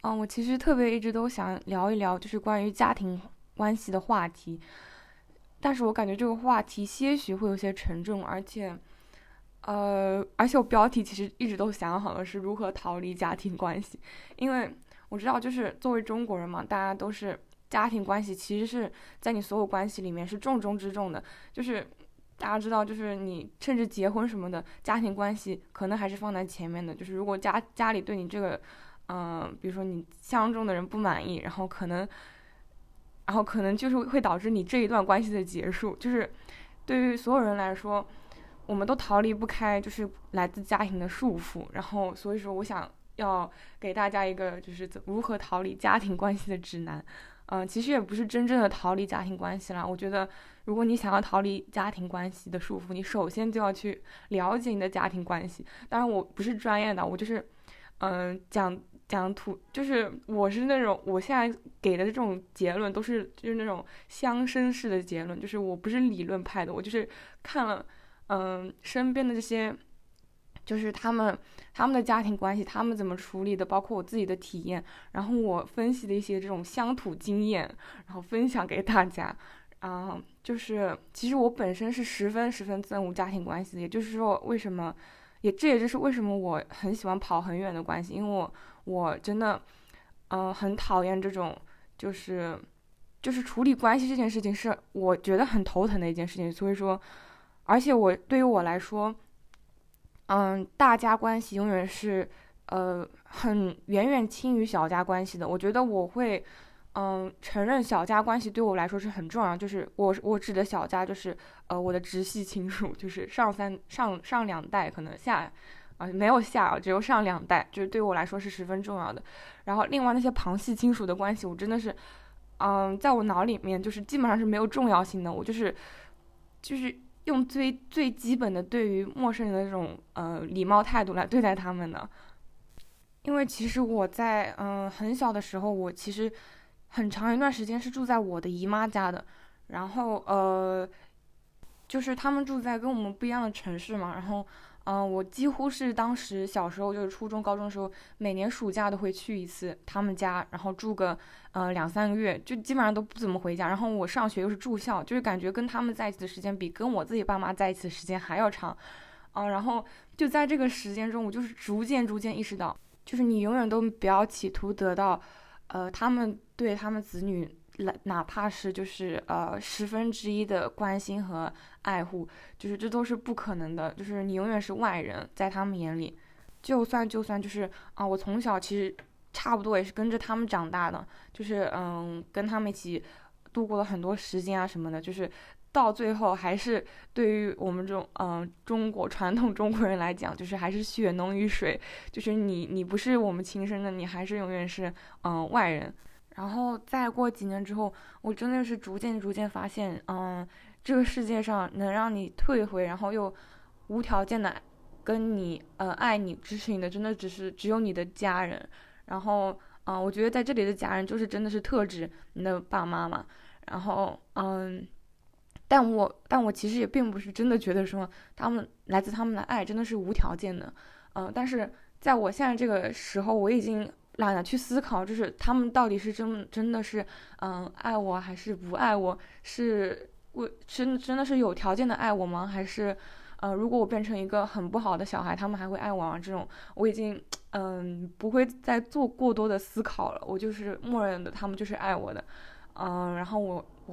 我其实特别一直都想聊一聊，就是关于家庭关系的话题，但是我感觉这个话题些许会有些沉重，而且我标题其实一直都想好了是如何逃离家庭关系，因为我知道就是作为中国人嘛，大家都是家庭关系其实是在你所有关系里面是重中之重的，就是大家知道，就是你甚至结婚什么的，家庭关系可能还是放在前面的。就是如果家里对你这个，比如说你相中的人不满意，然后可能就是会导致你这一段关系的结束。就是对于所有人来说，我们都逃离不开就是来自家庭的束缚。然后所以说，我想要给大家一个就是如何逃离家庭关系的指南。其实也不是真正的逃离家庭关系啦。我觉得，如果你想要逃离家庭关系的束缚，你首先就要去了解你的家庭关系。当然，我不是专业的，我就是，就是我是那种，我现在给的这种结论都是就是那种相生式的结论，就是我不是理论派的，我就是看了，身边的这些。就是他们的家庭关系，他们怎么处理的，包括我自己的体验，然后我分析的一些这种乡土经验，然后分享给大家。就是其实我本身是十分十分憎恶家庭关系的，也就是说这也就是为什么我很喜欢跑很远的关系，因为我真的很讨厌这种就是处理关系这件事情是我觉得很头疼的一件事情，所以说，而且对于我来说。大家关系永远是，很远远轻于小家关系的。我觉得我会，承认小家关系对我来说是很重要。就是我指的小家，就是我的直系亲属，就是上两代，可能没有下啊，只有上两代，就是对我来说是十分重要的。然后另外那些旁系亲属的关系，我真的是，在我脑里面就是基本上是没有重要性的。我就是用最基本的对于陌生人的这种礼貌态度来对待他们的。因为其实我在很小的时候，我其实很长一段时间是住在我的姨妈家的，然后就是他们住在跟我们不一样的城市嘛，然后我几乎是当时小时候就是初中、高中的时候，每年暑假都会去一次他们家，然后住个2、3个月，就基本上都不怎么回家。然后我上学又是住校，就是感觉跟他们在一起的时间比跟我自己爸妈在一起的时间还要长。然后就在这个时间中，我就是逐渐意识到，就是你永远都不要企图得到，他们对他们子女哪怕是就是1/10的关心和爱护，就是这都是不可能的，就是你永远是外人，在他们眼里，就算就是我从小其实差不多也是跟着他们长大的，就是跟他们一起度过了很多时间啊什么的，就是到最后还是对于我们这种中国传统中国人来讲，就是还是血浓于水，就是你不是我们亲生的，你还是永远是外人。然后再过几年之后，我真的是逐渐发现，这个世界上能让你退回，然后又无条件的跟你爱你支持你的，真的只有你的家人。然后我觉得在这里的家人就是真的是特指你的爸妈嘛。然后但我其实也并不是真的觉得说来自他们的爱真的是无条件的，但是在我现在这个时候，我已经懒得去思考，就是他们到底是真的是爱我还是不爱我，真的是有条件的爱我吗？还是如果我变成一个很不好的小孩，他们还会爱我吗？这种我已经不会再做过多的思考了，我就是默认的他们就是爱我的。然后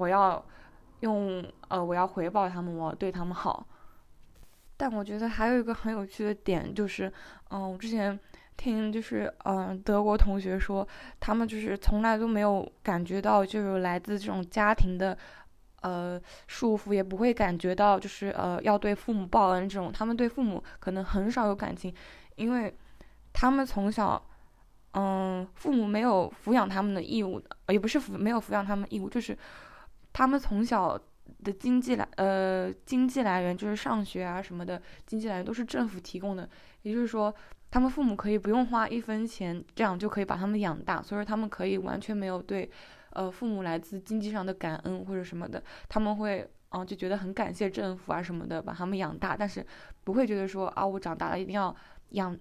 我要回报他们，我要对他们好。但我觉得还有一个很有趣的点就是，我之前听就是德国同学说，他们就是从来都没有感觉到就是来自这种家庭的束缚，也不会感觉到就是要对父母报恩这种，他们对父母可能很少有感情，因为他们从小父母没有抚养他们的义务的，也不是没有抚养他们义务，就是他们从小的经济来源就是上学啊什么的经济来源都是政府提供的，也就是说他们父母可以不用花1分钱，这样就可以把他们养大，所以说他们可以完全没有对父母来自经济上的感恩或者什么的，他们会就觉得很感谢政府啊什么的把他们养大，但是不会觉得说我长大了一定要养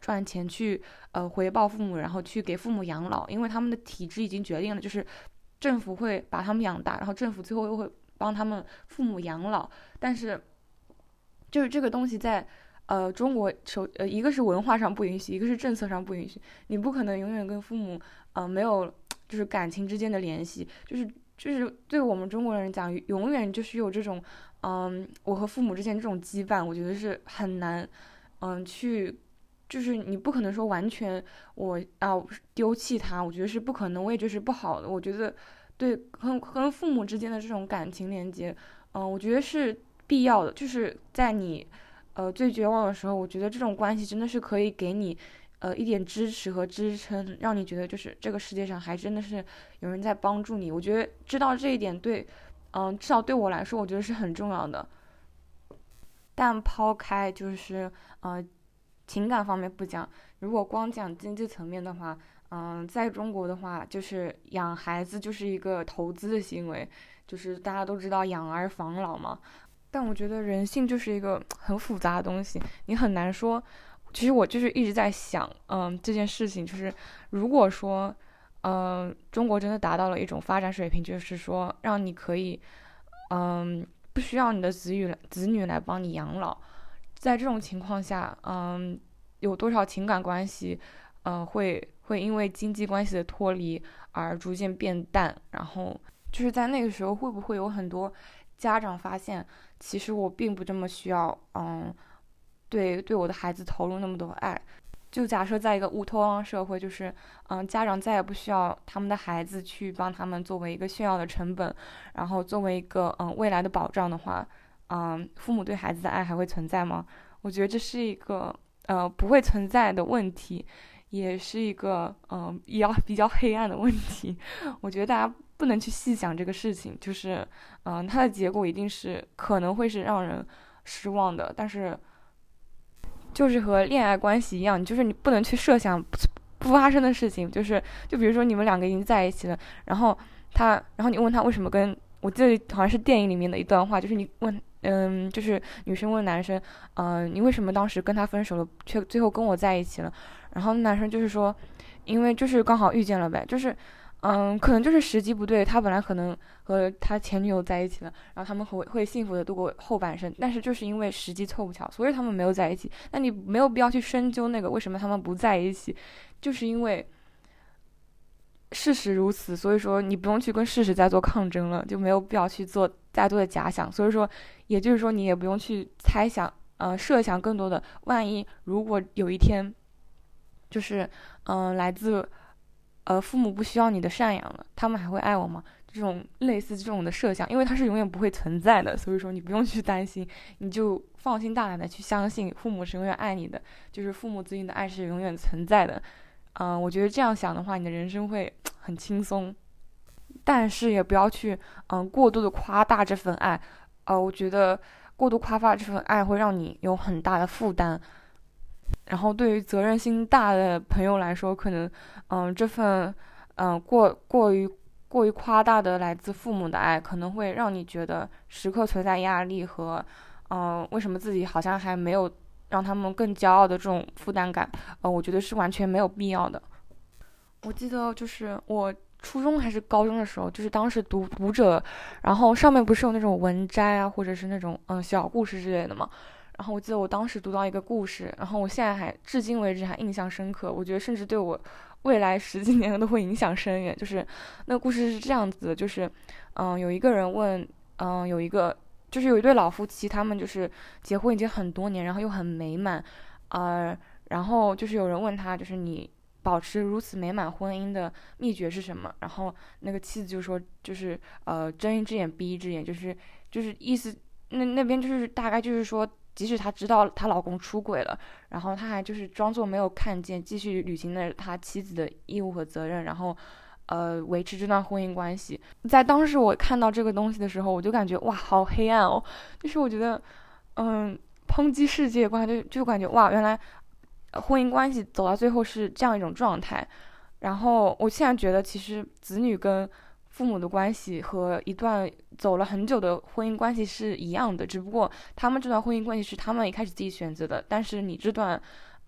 赚钱去回报父母，然后去给父母养老，因为他们的体制已经决定了，就是政府会把他们养大，然后政府最后又会帮他们父母养老。但是就是这个东西在中国一个是文化上不允许，一个是政策上不允许，你不可能永远跟父母没有就是感情之间的联系，就是对我们中国人讲，永远就是有这种我和父母之间这种羁绊，我觉得是很难去，就是你不可能说完全我丢弃他，我觉得是不可能，我也觉得是不好的。我觉得对和父母之间的这种感情连接，我觉得是必要的，就是在你最绝望的时候，我觉得这种关系真的是可以给你一点支持和支撑，让你觉得就是这个世界上还真的是有人在帮助你。我觉得知道这一点对，至少对我来说，我觉得是很重要的。但抛开就是情感方面不讲，如果光讲经济层面的话，在中国的话，就是养孩子就是一个投资的行为，就是大家都知道养儿防老嘛。但我觉得人性就是一个很复杂的东西，你很难说。其实我就是一直在想，这件事情就是，如果说，中国真的达到了一种发展水平，就是说让你可以，不需要你的子女来帮你养老，在这种情况下，有多少情感关系，会因为经济关系的脱离而逐渐变淡，然后就是在那个时候，会不会有很多家长发现，其实我并不这么需要，对我的孩子投入那么多爱。就假设在一个乌托邦社会，就是家长再也不需要他们的孩子去帮他们作为一个炫耀的成本，然后作为一个未来的保障的话，父母对孩子的爱还会存在吗？我觉得这是一个不会存在的问题，也是一个比较黑暗的问题。我觉得大家不能去细想这个事情，就是它的结果一定是可能会是让人失望的，但是就是和恋爱关系一样，就是你不能去设想不发生的事情，就比如说你们两个已经在一起了，然后你问他为什么跟我记得好像是电影里面的一段话，就是你问就是女生问男生，你为什么当时跟他分手了，却最后跟我在一起了？然后男生就是说，因为就是刚好遇见了呗，就是可能就是时机不对，他本来可能和他前女友在一起了，然后他们会幸福的度过后半生，但是就是因为时机凑不巧，所以他们没有在一起。那你没有必要去深究那个为什么他们不在一起，就是因为事实如此，所以说你不用去跟事实再做抗争了，就没有必要去做太多的假想。所以说，也就是说你也不用去猜想，设想更多的，万一如果有一天，就是来自父母不需要你的赡养了，他们还会爱我吗？这种类似这种的设想，因为它是永远不会存在的，所以说你不用去担心，你就放心大胆的去相信父母是永远爱你的，就是父母子女的爱是永远存在的。我觉得这样想的话，你的人生会很轻松，但是也不要去过度的夸大这份爱。我觉得过度夸大这份爱会让你有很大的负担。然后对于责任心大的朋友来说，可能这份过于夸大的来自父母的爱，可能会让你觉得时刻存在压力和为什么自己好像还没有让他们更骄傲的这种负担感。我觉得是完全没有必要的。我记得就是我初中还是高中的时候，就是当时读者，然后上面不是有那种文摘啊，或者是那种小故事之类的嘛。然后我记得我当时读到一个故事，然后我现在至今为止还印象深刻，我觉得甚至对我未来十几年都会影响深远。就是那个故事是这样子的，就是有一个人问，有一对老夫妻，他们就是结婚已经很多年，然后又很美满，然后就是有人问他，就是你保持如此美满婚姻的秘诀是什么？然后那个妻子就说，就是睁一只眼闭一只眼，就是意思那边就是大概就是说，即使她知道她老公出轨了，然后她还就是装作没有看见，继续履行了她妻子的义务和责任，然后维持这段婚姻关系。在当时我看到这个东西的时候，我就感觉哇，好黑暗哦！就是我觉得抨击世界观，就感觉哇，原来婚姻关系走到最后是这样一种状态。然后我现在觉得，其实子女跟父母的关系和一段走了很久的婚姻关系是一样的，只不过他们这段婚姻关系是他们一开始自己选择的，但是你这段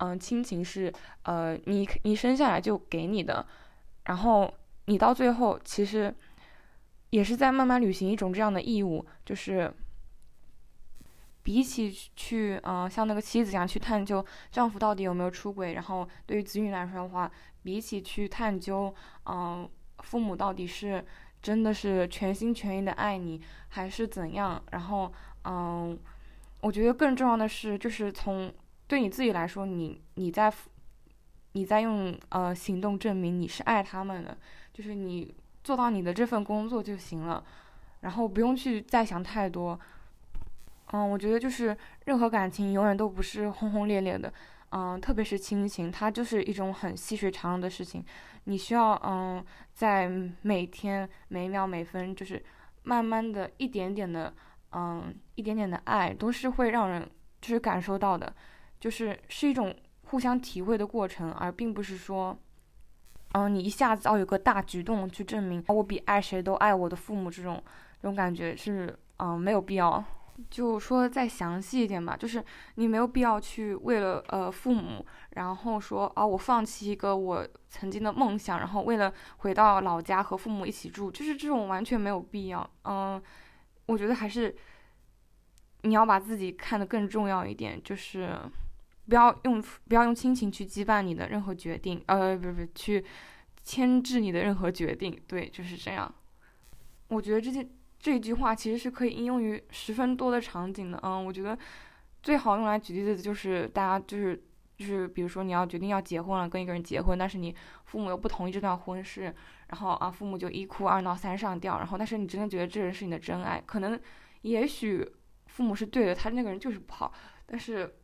亲情是你生下来就给你的，然后你到最后其实也是在慢慢履行一种这样的义务，就是比起去像那个妻子一样去探究丈夫到底有没有出轨，然后对于子女来说的话，比起去探究父母到底是真的是全心全意的爱你还是怎样，然后我觉得更重要的是就是对你自己来说，你在用行动证明你是爱他们的，就是你做到你的这份工作就行了，然后不用去再想太多。我觉得就是任何感情永远都不是轰轰烈烈的，特别是亲情，它就是一种很细水长流的事情。你需要在每天每秒每分，就是慢慢的一点点的爱，都是会让人就是感受到的，是一种互相体会的过程，而并不是说你一下子要有个大举动去证明我比爱谁都爱我的父母，这种感觉是没有必要。就说再详细一点吧，就是你没有必要去为了父母，然后说我放弃一个我曾经的梦想，然后为了回到老家和父母一起住，就是这种完全没有必要。我觉得还是你要把自己看得更重要一点，就是不要用亲情去羁绊你的任何决定，不去牵制你的任何决定，对，就是这样。我觉得这一句话其实是可以应用于十分多的场景的。我觉得最好用来举例子就是大家就是比如说你要决定要结婚了，跟一个人结婚，但是你父母又不同意这段婚事，然后父母就一哭二闹三上吊，然后但是你真的觉得这人是你的真爱，可能也许父母是对的，他那个人就是不好，但是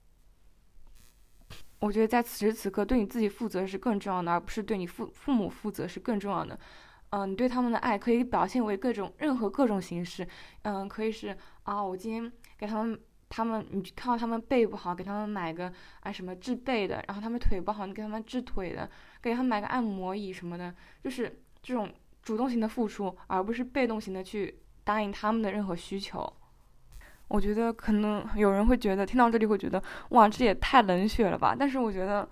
我觉得在此时此刻对你自己负责是更重要的，而不是对你父母负责是更重要的。你对他们的爱可以表现为任何各种形式，可以是我今天给他们你看到他们背不好，给他们买个什么治背的，然后他们腿不好，你给他们治腿的，给他们买个按摩椅什么的，就是这种主动型的付出，而不是被动型的去答应他们的任何需求。我觉得可能有人会觉得听到这里会觉得哇，这也太冷血了吧，但是我觉得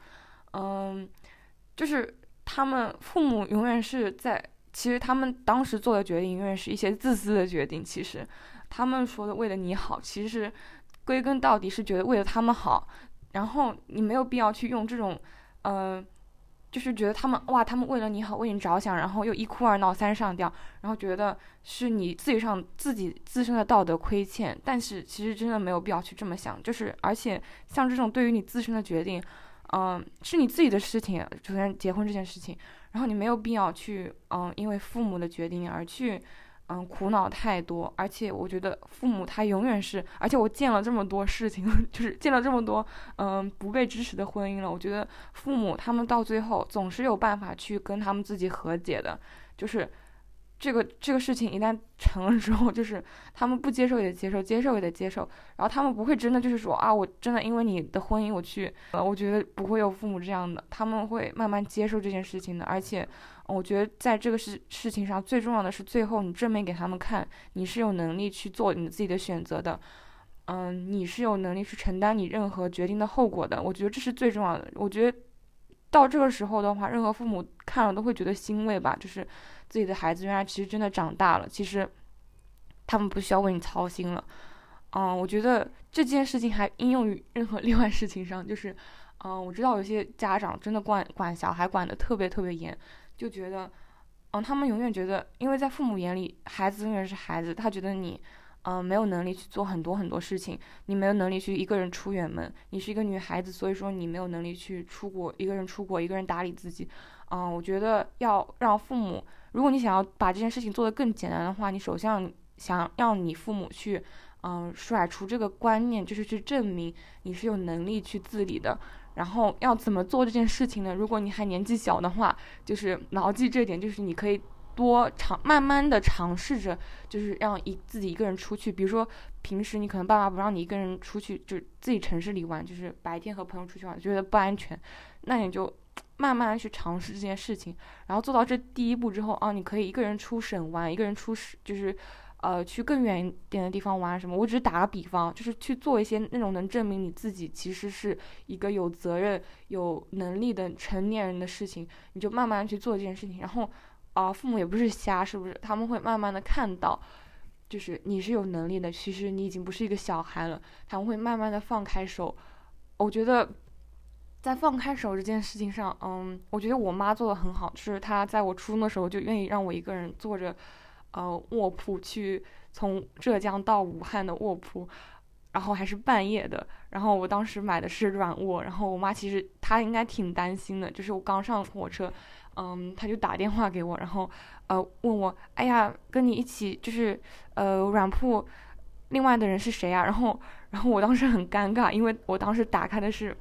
就是他们父母永远是其实他们当时做的决定永远是一些自私的决定，其实他们说的为了你好，其实归根到底是觉得为了他们好，然后你没有必要去用这种就是觉得他们为了你好，为你着想，然后又一哭二闹三上吊，然后觉得是你自己自身的道德亏欠，但是其实真的没有必要去这么想，就是而且像这种对于你自身的决定，是你自己的事情，首先结婚这件事情，然后你没有必要去因为父母的决定而去苦恼太多，而且我觉得父母他永远是，而且我见了这么多事情，就是见了这么多不被支持的婚姻了，我觉得父母他们到最后总是有办法去跟他们自己和解的，就是这个事情一旦成了之后，就是他们不接受也得接受，接受也得接受，然后他们不会真的就是说我真的因为你的婚姻我去，我觉得不会有父母这样的，他们会慢慢接受这件事情的，而且我觉得在这个事情上最重要的是最后你证明给他们看，你是有能力去做你自己的选择的，你是有能力去承担你任何决定的后果的，我觉得这是最重要的。我觉得到这个时候的话，任何父母看了都会觉得欣慰吧，就是自己的孩子原来其实真的长大了，其实他们不需要为你操心了。我觉得这件事情还应用于任何另外事情上，就是我知道有些家长真的管小孩管得特别特别严，就觉得他们永远觉得，因为在父母眼里孩子永远是孩子，他觉得你没有能力去做很多很多事情，你没有能力去一个人出远门，你是一个女孩子，所以说你没有能力去一个人出国，一个人打理自己。我觉得要让父母，如果你想要把这件事情做得更简单的话，你首先想让你父母去甩除这个观念，就是去证明你是有能力去自理的。然后要怎么做这件事情呢？如果你还年纪小的话，就是牢记这点，就是你可以慢慢的尝试着，就是让自己一个人出去。比如说平时你可能爸妈不让你一个人出去，就是自己城市里玩，就是白天和朋友出去玩，觉得不安全，那你就慢慢去尝试这件事情，然后做到这第一步之后你可以一个人出省玩，一个人就是去更远一点的地方玩什么。我只是打个比方，就是去做一些那种能证明你自己其实是一个有责任、有能力的成年人的事情，你就慢慢去做这件事情。然后父母也不是瞎，是不是？他们会慢慢的看到，就是你是有能力的，其实你已经不是一个小孩了，他们会慢慢的放开手。我觉得在放开手这件事情上，我觉得我妈做的很好，就是她在我初中的时候就愿意让我一个人坐着卧铺去从浙江到武汉的卧铺，然后还是半夜的。然后我当时买的是软卧，然后我妈其实她应该挺担心的，就是我刚上火车，她就打电话给我，然后问我，哎呀，跟你一起就是软铺另外的人是谁啊？然后我当时很尴尬，因为我当时打开的是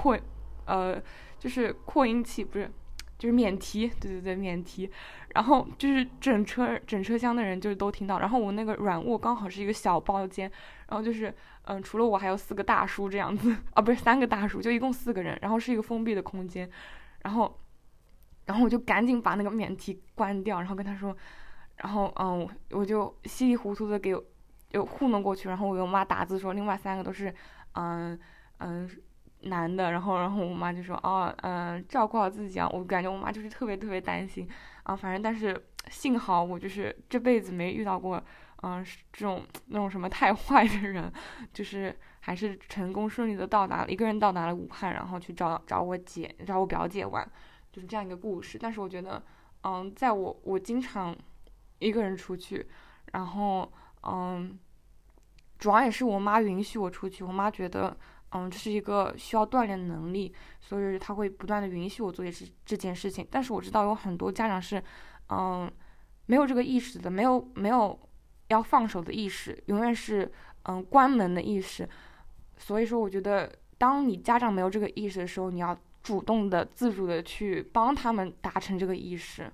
就是扩音器，不是，就是免提，对对对，免提。然后就是整车厢的人就是都听到。然后我那个软卧刚好是一个小包间，然后就是除了我还有4个大叔这样子，不是3个大叔，就一共4个人，然后是一个封闭的空间。然后我就赶紧把那个免提关掉，然后跟他说，然后我就稀里糊涂的就糊弄过去，然后我给我妈打字说另外3个都是嗯嗯男的，然后我妈就说照顾好自己啊。我感觉我妈就是特别特别担心啊，反正但是幸好我就是这辈子没遇到过这种那种什么太坏的人，就是还是成功顺利的一个人到达了武汉，然后去找我表姐玩，就是这样一个故事。但是我觉得在我经常一个人出去，然后主要也是我妈允许我出去，我妈觉得这是一个需要锻炼的能力，所以她会不断的允许我做这件事情。但是我知道有很多家长是没有这个意识的，没有要放手的意识，永远是关门的意识。所以说我觉得当你家长没有这个意识的时候，你要主动的自主的去帮他们达成这个意识。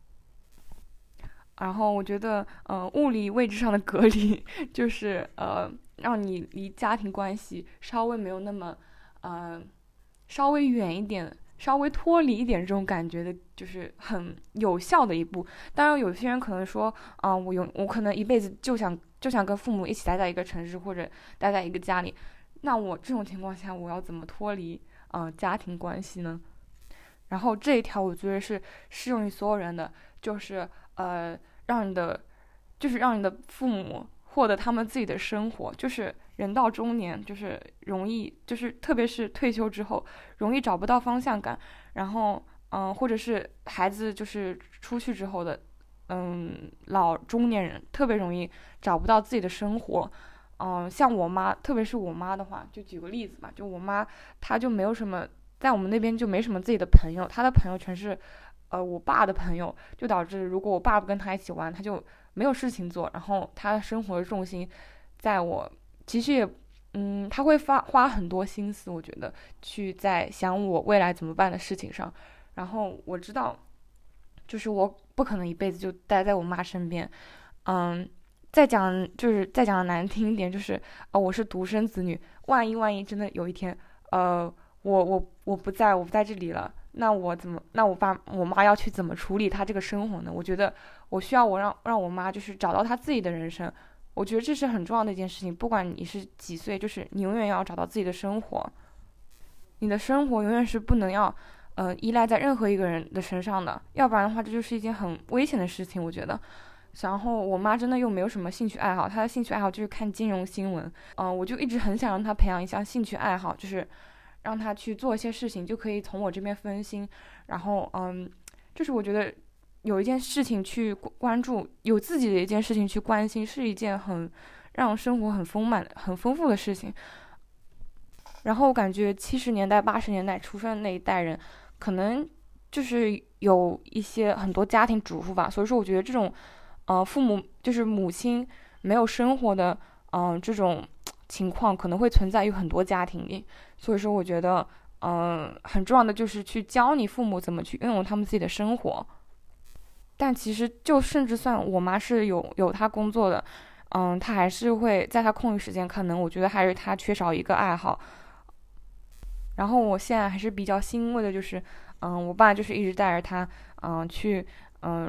然后我觉得物理位置上的隔离就是让你离家庭关系稍微没有那么稍微远一点，稍微脱离一点这种感觉的，就是很有效的一步。当然有些人可能说我可能一辈子就想跟父母一起待在一个城市或者待在一个家里，那我这种情况下我要怎么脱离家庭关系呢？然后这一条我觉得是适用于所有人的，就是让你的父母获得他们自己的生活。就是人到中年，就是容易，就是特别是退休之后，容易找不到方向感。然后或者是孩子就是出去之后的老中年人，特别容易找不到自己的生活。像我妈，特别是我妈的话，就举个例子吧，就我妈她就没有什么，在我们那边就没什么自己的朋友，她的朋友全是我爸的朋友，就导致如果我爸不跟他一起玩，他就没有事情做，然后他的生活的重心在我，其实也他会花很多心思，我觉得去在想我未来怎么办的事情上。然后我知道就是我不可能一辈子就待在我妈身边。再讲的难听一点，就是我是独生子女，万一真的有一天我不在这里了，那我妈要去怎么处理她这个生活呢？我觉得我需要让我妈就是找到她自己的人生。我觉得这是很重要的一件事情，不管你是几岁，就是你永远要找到自己的生活，你的生活永远是不能要依赖在任何一个人的身上的，要不然的话这就是一件很危险的事情，我觉得。然后我妈真的又没有什么兴趣爱好，她的兴趣爱好就是看金融新闻。我就一直很想让她培养一项兴趣爱好，就是让她去做一些事情，就可以从我这边分心。然后就是我觉得有一件事情去关注，有自己的一件事情去关心，是一件很让生活很丰满、很丰富的事情。然后我感觉70年代、80年代出生的那一代人，可能就是有一些很多家庭主妇吧，所以说我觉得这种父母就是母亲没有生活的这种情况可能会存在于很多家庭里。所以说我觉得很重要的就是去教你父母怎么去拥有他们自己的生活。但其实就甚至算我妈是有她工作的，她还是会在她空余时间，可能我觉得还是她缺少一个爱好。然后我现在还是比较欣慰的，就是我爸就是一直带着她去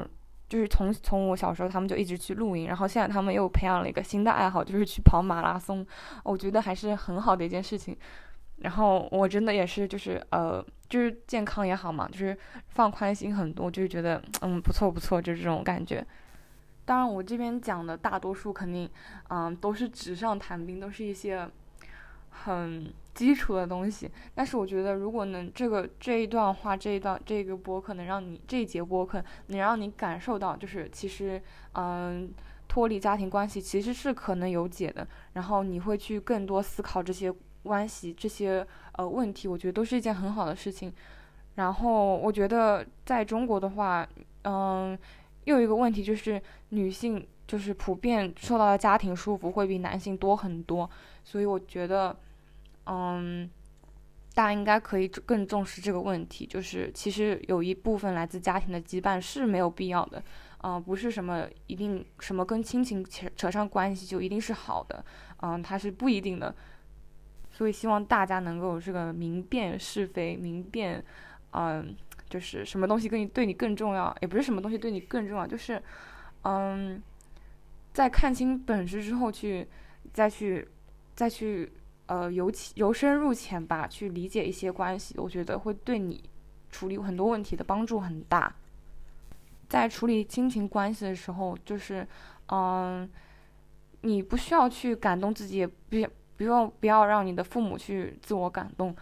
就是从我小时候他们就一直去露营，然后现在他们又培养了一个新的爱好，就是去跑马拉松，我觉得还是很好的一件事情。然后我真的也是就是健康也好嘛，就是放宽心很多，就是觉得不错不错，就是这种感觉。当然我这边讲的大多数肯定都是纸上谈兵，都是一些很基础的东西，但是我觉得如果能这一段话这个播客能让你这一节播客能让你感受到，就是其实脱离家庭关系其实是可能有解的，然后你会去更多思考这些关系这些问题，我觉得都是一件很好的事情。然后我觉得在中国的话又有一个问题就是女性就是普遍受到的家庭束缚会比男性多很多，所以我觉得大家应该可以更重视这个问题，就是其实有一部分来自家庭的羁绊是没有必要的，不是什么一定什么跟亲情扯上关系就一定是好的，它是不一定的。所以希望大家能够有这个明辨是非，明辨就是什么东西对你更重要，也不是什么东西对你更重要，就是在看清本质之后再去由深入浅吧，去理解一些关系，我觉得会对你处理很多问题的帮助很大。在处理亲情关系的时候，就是你不需要去感动自己，也不要让你的父母去自我感动，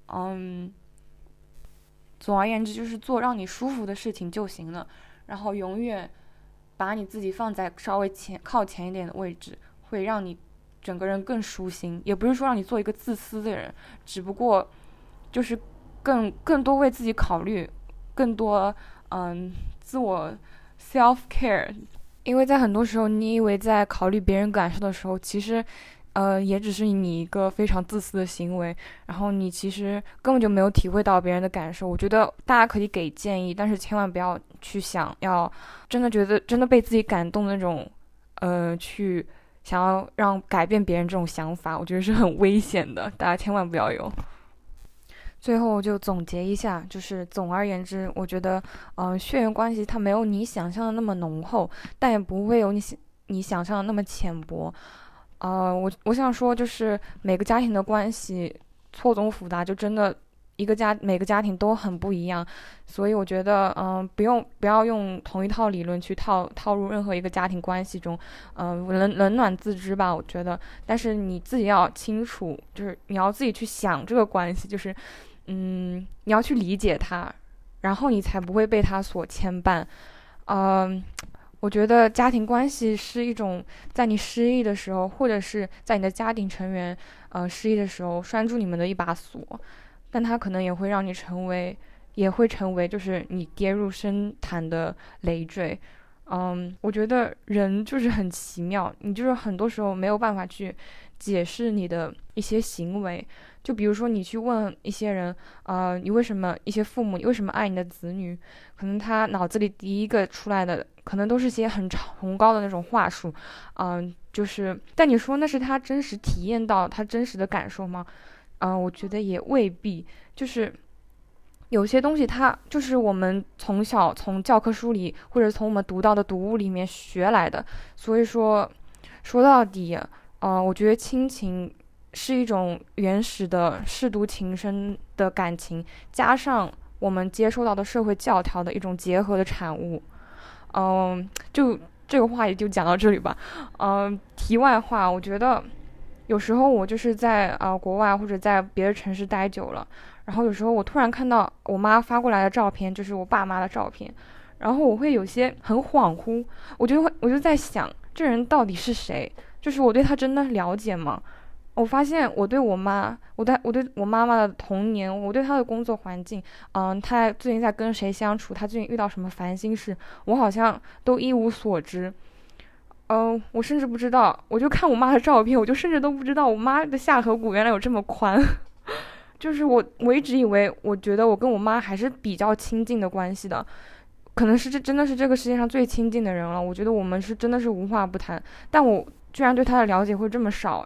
总而言之就是做让你舒服的事情就行了，然后永远把你自己放在稍微靠前一点的位置，会让你整个人更舒心。也不是说让你做一个自私的人，只不过就是更多为自己考虑，更多自我 self care。因为在很多时候你以为在考虑别人感受的时候，其实也只是你一个非常自私的行为，然后你其实根本就没有体会到别人的感受。我觉得大家可以给建议，但是千万不要去想要真的觉得真的被自己感动的那种去想要让改变别人这种想法，我觉得是很危险的，大家千万不要有。最后就总结一下，就是总而言之，我觉得血缘关系它没有你想象的那么浓厚，但也不会有你想象的那么浅薄。我想说，就是每个家庭的关系错综复杂，就真的每个家庭都很不一样，所以我觉得不要用同一套理论去套入任何一个家庭关系中，冷暖自知吧，我觉得。但是你自己要清楚，就是你要自己去想这个关系，就是你要去理解它，然后你才不会被它所牵绊。我觉得家庭关系是一种在你失意的时候，或者是在你的家庭成员失意的时候拴住你们的一把锁，但它可能也会让你成为就是你跌入深潭的累赘。我觉得人就是很奇妙，你就是很多时候没有办法去解释你的一些行为。就比如说你去问一些人，一些父母，你为什么爱你的子女？可能他脑子里第一个出来的，可能都是些很崇高的那种话术，但你说那是他真实体验到他真实的感受吗？我觉得也未必，就是有些东西它就是我们从小从教科书里或者从我们读到的读物里面学来的，所以说到底，我觉得亲情是一种原始的舐犊情深的感情，加上我们接受到的社会教条的一种结合的产物。就这个话也就讲到这里吧。题外话，我觉得有时候我就是在国外或者在别的城市待久了，然后有时候我突然看到我妈发过来的照片，就是我爸妈的照片，然后我会有些很恍惚，我就在想，这人到底是谁？就是我对他真的了解吗？我发现我对我妈妈的童年，我对她的工作环境，她最近在跟谁相处，她最近遇到什么烦心事，我好像都一无所知。我甚至不知道，我就看我妈的照片，我就甚至都不知道我妈的下颌骨原来有这么宽。就是我一直以为，我觉得我跟我妈还是比较亲近的关系的，可能是真的是这个世界上最亲近的人了。我觉得我们是真的是无话不谈，但我居然对她的了解会这么少。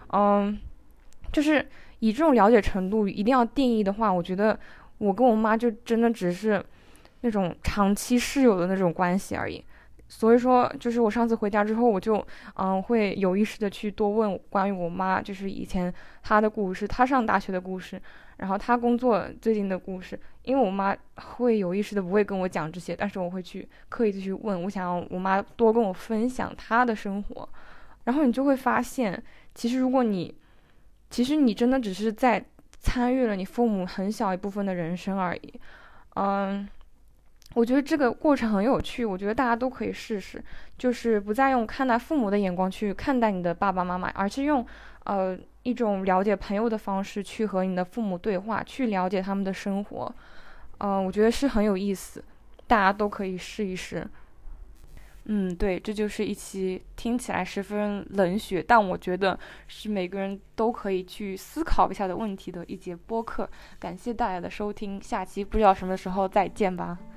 就是以这种了解程度一定要定义的话，我觉得我跟我妈就真的只是那种长期室友的那种关系而已。 所以说，就是我上次回家之后，我就会有意识的去多问关于我妈，就是以前她的故事，她上大学的故事，然后她工作最近的故事。因为我妈会有意识的不会跟我讲这些，但是我会去刻意的去问，我想要我妈多跟我分享她的生活。然后你就会发现，其实如果你，其实你真的只是在参与了你父母很小一部分的人生而已。嗯，我觉得这个过程很有趣，我觉得大家都可以试试，就是不再用看待父母的眼光去看待你的爸爸妈妈，而是用一种了解朋友的方式去和你的父母对话，去了解他们的生活。我觉得是很有意思，大家都可以试一试。对，这就是一期听起来十分冷血，但我觉得是每个人都可以去思考一下的问题的一节播客。感谢大家的收听，下期不知道什么时候再见吧。